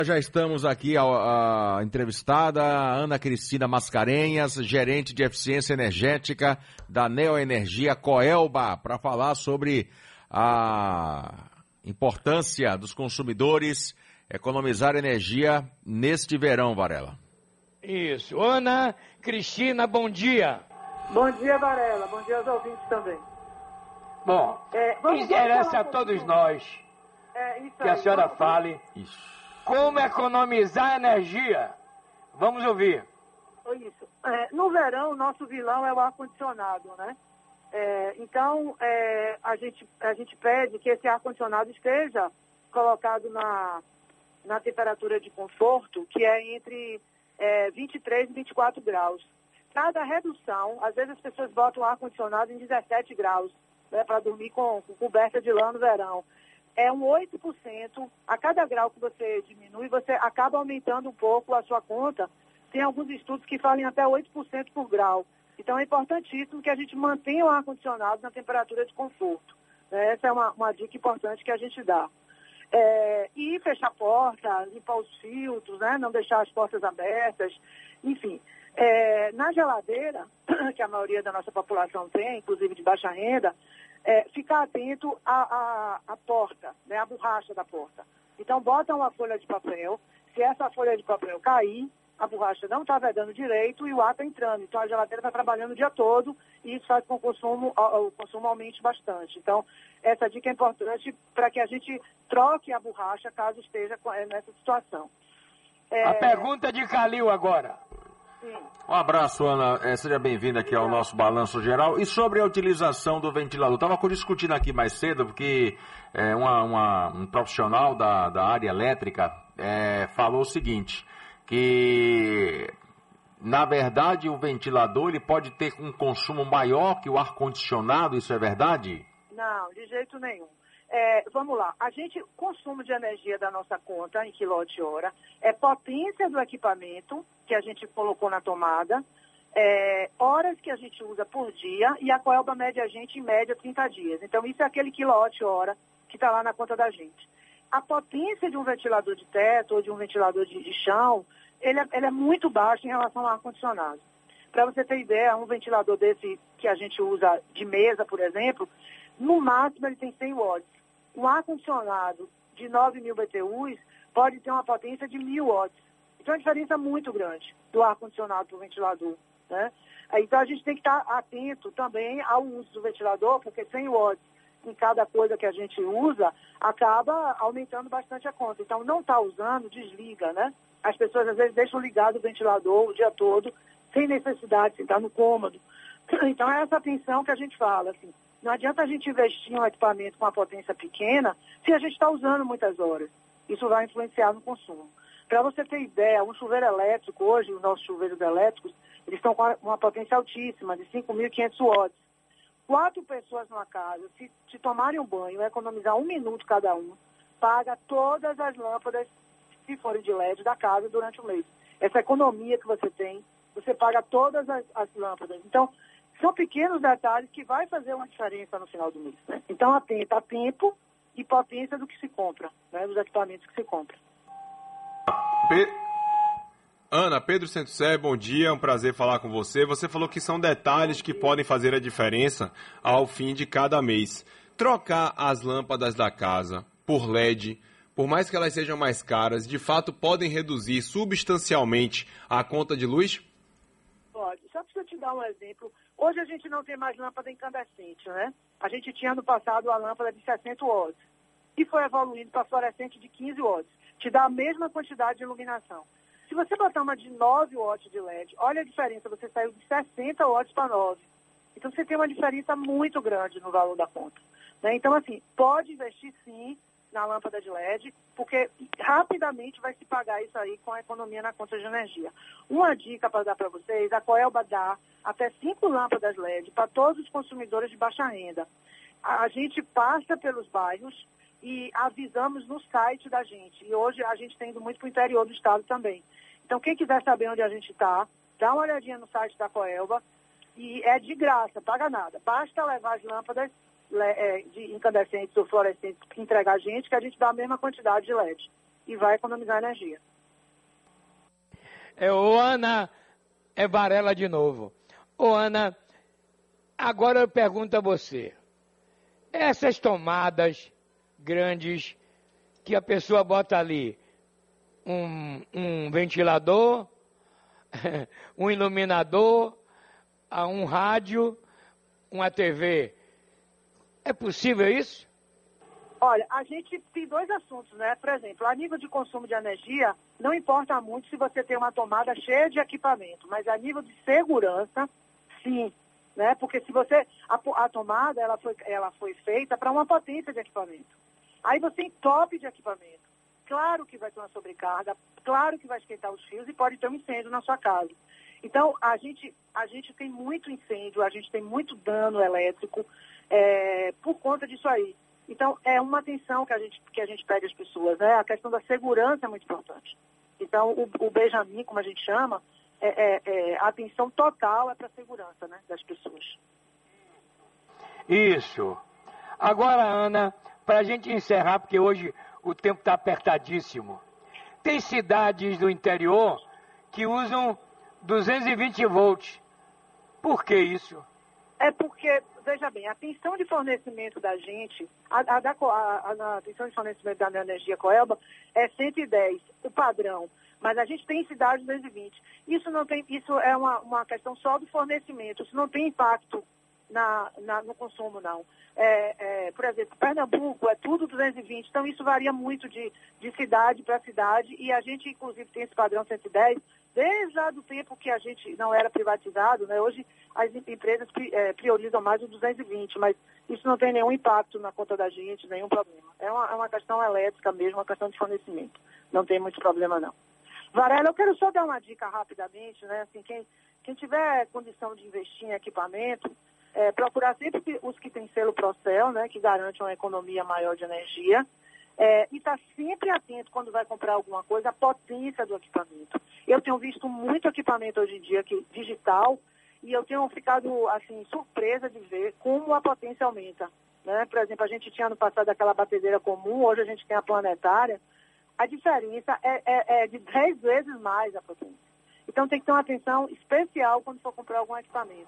Já estamos aqui, a entrevistada Ana Cristina Mascarenhas, gerente de eficiência energética da Neoenergia Coelba, para falar sobre a importância dos consumidores economizar energia neste verão, Varela. Isso. Ana Cristina, bom dia. Bom dia, Varela. Bom dia aos ouvintes também. Bom, interessa a todos nós que a senhora fale como economizar energia. Vamos ouvir. Isso. No verão, nosso vilão é o ar-condicionado, né? Então, a gente pede que esse ar-condicionado esteja colocado na temperatura de conforto, que é entre 23 e 24 graus. Cada redução, às vezes as pessoas botam o ar-condicionado em 17 graus, né, para dormir com coberta de lã no verão. É um 8%, a cada grau que você diminui, você acaba aumentando um pouco a sua conta. Tem alguns estudos que falam até 8% por grau. Então é importantíssimo que a gente mantenha o ar-condicionado na temperatura de conforto. Essa é uma dica importante que a gente dá. E fechar a porta, limpar os filtros, né? Não deixar as portas abertas, enfim. Na geladeira, que a maioria da nossa população tem, inclusive de baixa renda, ficar atento à porta, né? A borracha da porta. Então, bota uma folha de papel. Se essa folha de papel cair, a borracha não está vedando direito e o ar está entrando. Então, a geladeira está trabalhando o dia todo e isso faz com que o consumo aumente bastante. Então, essa dica é importante para que a gente troque a borracha caso esteja nessa situação. A pergunta de Calil agora. Sim. Um abraço, Ana. Seja bem-vinda aqui ao nosso Balanço Geral. E sobre a utilização do ventilador? Estava discutindo aqui mais cedo, porque um profissional da área elétrica falou o seguinte, que, na verdade, o ventilador ele pode ter um consumo maior que o ar-condicionado, isso é verdade? Não, de jeito nenhum. Vamos lá, consumo de energia da nossa conta em quilowatt-hora, potência do equipamento que a gente colocou na tomada, horas que a gente usa por dia e a Coelba mede a gente em média 30 dias. Então isso é aquele quilowatt-hora que está lá na conta da gente. A potência de um ventilador de teto ou de um ventilador de chão, ele é muito baixo em relação ao ar-condicionado. Para você ter ideia, um ventilador desse que a gente usa de mesa, por exemplo, no máximo ele tem 100 watts. Um ar-condicionado de 9.000 BTUs pode ter uma potência de 1.000 watts. Então, é uma diferença muito grande do ar-condicionado para o ventilador, né? Então, a gente tem que estar atento também ao uso do ventilador, porque 100 watts em cada coisa que a gente usa acaba aumentando bastante a conta. Então, não está usando, desliga, né? As pessoas, às vezes, deixam ligado o ventilador o dia todo, sem necessidade de estar no cômodo. Então, é essa atenção que a gente fala, assim. Não adianta a gente investir em um equipamento com uma potência pequena se a gente está usando muitas horas. Isso vai influenciar no consumo. Para você ter ideia, um chuveiro elétrico, hoje os nossos chuveiros elétricos, eles estão com uma potência altíssima, de 5.500 watts. 4 pessoas numa casa, se tomarem um banho e economizar 1 minuto cada um, paga todas as lâmpadas, se forem de LED, da casa durante o mês. Essa economia que você tem, você paga todas as lâmpadas. Então, são pequenos detalhes que vai fazer uma diferença no final do mês, né? Então, atenta a tempo e potência do que se compra, né? Dos equipamentos que se compra. Ana, Pedro Centosé, bom dia, é um prazer falar com você. Você falou que são detalhes que podem fazer a diferença ao fim de cada mês. Trocar as lâmpadas da casa por LED, por mais que elas sejam mais caras, de fato podem reduzir substancialmente a conta de luz? Pode. Só para eu te dar um exemplo, hoje a gente não tem mais lâmpada incandescente, né? A gente tinha no passado a lâmpada de 60 watts e foi evoluindo para fluorescente de 15 watts. Te dá a mesma quantidade de iluminação. Se você botar uma de 9 watts de LED, olha a diferença, você saiu de 60 watts para 9. Então você tem uma diferença muito grande no valor da conta, né? Então, assim, pode investir sim na lâmpada de LED, porque rapidamente vai se pagar isso aí com a economia na conta de energia. Uma dica para dar para vocês, a Coelba dá até 5 lâmpadas LED para todos os consumidores de baixa renda. A gente passa pelos bairros e avisamos no site da gente. E hoje a gente tem ido muito para o interior do estado também. Então, quem quiser saber onde a gente está, dá uma olhadinha no site da Coelba e é de graça, paga nada. Basta levar as lâmpadas de incandescentes ou fluorescentes que entregar a gente, que a gente dá a mesma quantidade de LED. e vai economizar energia. Ô Ana, é Varela de novo. Ô Ana, agora eu pergunto a você. Essas tomadas grandes que a pessoa bota ali, um ventilador, um iluminador, um rádio, uma TV, é possível isso? Olha, a gente tem dois assuntos, né? Por exemplo, a nível de consumo de energia, não importa muito se você tem uma tomada cheia de equipamento, mas a nível de segurança, sim, né? Porque se você, a tomada, ela foi feita para uma potência de equipamento. Aí você entope de equipamento. Claro que vai ter uma sobrecarga, claro que vai esquentar os fios e pode ter um incêndio na sua casa. Então, a gente tem muito incêndio, a gente tem muito dano elétrico por conta disso aí. Então, é uma atenção que a gente pede às pessoas, né? A questão da segurança é muito importante. Então, o Benjamin, como a gente chama, a atenção total é para a segurança, né, das pessoas. Isso. Agora, Ana, para a gente encerrar, porque hoje o tempo está apertadíssimo. Tem cidades do interior que usam 220 volts. Por que isso? É porque, veja bem, a tensão de fornecimento da gente, a tensão de fornecimento da energia Coelba é 110, o padrão. Mas a gente tem cidade 220. Isso é uma questão só do fornecimento. Isso não tem impacto no consumo, não. Por exemplo, Pernambuco é tudo 220, então isso varia muito de cidade para cidade, e a gente, inclusive, tem esse padrão 110 desde lá do tempo que a gente não era privatizado, né? Hoje as empresas priorizam mais o 220, mas isso não tem nenhum impacto na conta da gente, nenhum problema. É uma questão elétrica mesmo, uma questão de fornecimento. Não tem muito problema, não. Varela, eu quero só dar uma dica rapidamente, né? Assim, quem tiver condição de investir em equipamento, procurar sempre os que têm selo Procel, né, que garante uma economia maior de energia, e estar sempre atento quando vai comprar alguma coisa, à potência do equipamento. Eu tenho visto muito equipamento hoje em dia digital, e eu tenho ficado assim, surpresa de ver como a potência aumenta. Né? Por exemplo, a gente tinha no passado aquela batedeira comum, hoje a gente tem a planetária. A diferença é de 10 vezes mais a potência. Então tem que ter uma atenção especial quando for comprar algum equipamento.